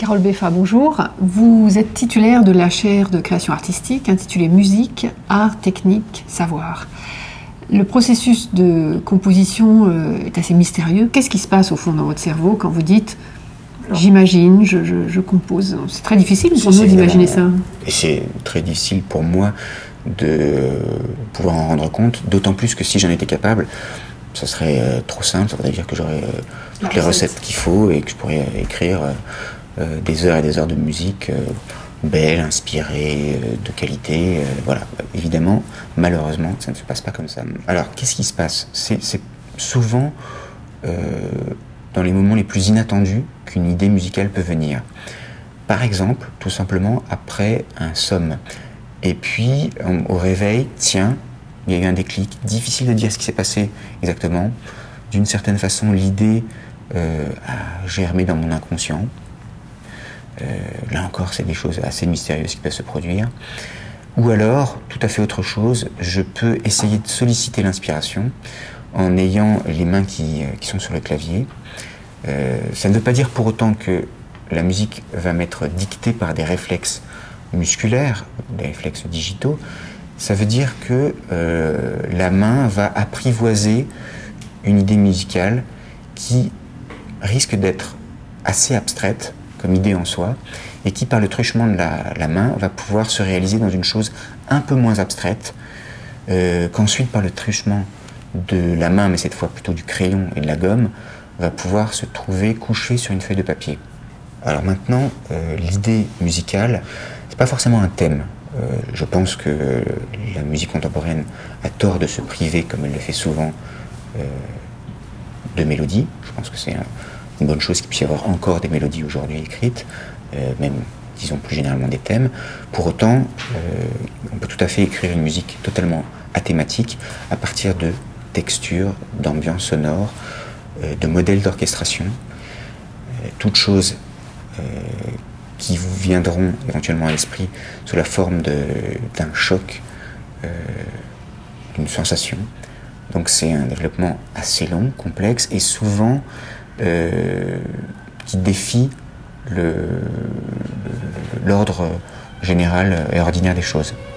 Carole Beffa, bonjour. Vous êtes titulaire de la chaire de création artistique intitulée Musique, Art, Technique, Savoir. Le processus de composition est assez mystérieux. Qu'est-ce qui se passe au fond dans votre cerveau quand vous dites « j'imagine, je compose ». C'est très difficile pour nous d'imaginer ça. Et c'est très difficile pour moi de pouvoir en rendre compte, d'autant plus que si j'en étais capable, ça serait trop simple, ça voudrait dire que j'aurais toutes les recettes qu'il faut et que je pourrais écrire des heures et des heures de musique belle, inspirée, de qualité. Voilà. Évidemment, malheureusement, ça ne se passe pas comme ça. Alors, qu'est-ce qui se passe ? C'est souvent dans les moments les plus inattendus qu'une idée musicale peut venir. Par exemple, tout simplement après un somme. Et puis, au réveil, tiens, il y a eu un déclic. Difficile de dire ce qui s'est passé exactement. D'une certaine façon, l'idée a germé dans mon inconscient. Là encore, c'est des choses assez mystérieuses qui peuvent se produire. Ou alors, tout à fait autre chose, je peux essayer de solliciter l'inspiration en ayant les mains qui sont sur le clavier. Ça ne veut pas dire pour autant que la musique va m'être dictée par des réflexes musculaires, des réflexes digitaux. Ça veut dire que la main va apprivoiser une idée musicale qui risque d'être assez abstraite comme idée en soi, et qui par le truchement de la main va pouvoir se réaliser dans une chose un peu moins abstraite, qu'ensuite par le truchement de la main, mais cette fois plutôt du crayon et de la gomme, va pouvoir se trouver couché sur une feuille de papier. Alors maintenant, l'idée musicale, c'est pas forcément un thème. Je pense que la musique contemporaine a tort de se priver, comme elle le fait souvent, de mélodies. Je pense que c'est une bonne chose qu'il puisse y avoir encore des mélodies aujourd'hui écrites, même, disons plus généralement des thèmes. Pour autant, on peut tout à fait écrire une musique totalement athématique à partir de textures, d'ambiances sonores, de modèles d'orchestration, toutes choses qui vous viendront éventuellement à l'esprit sous la forme d'un choc, d'une sensation. Donc c'est un développement assez long, complexe et souvent qui défie l'ordre général et ordinaire des choses.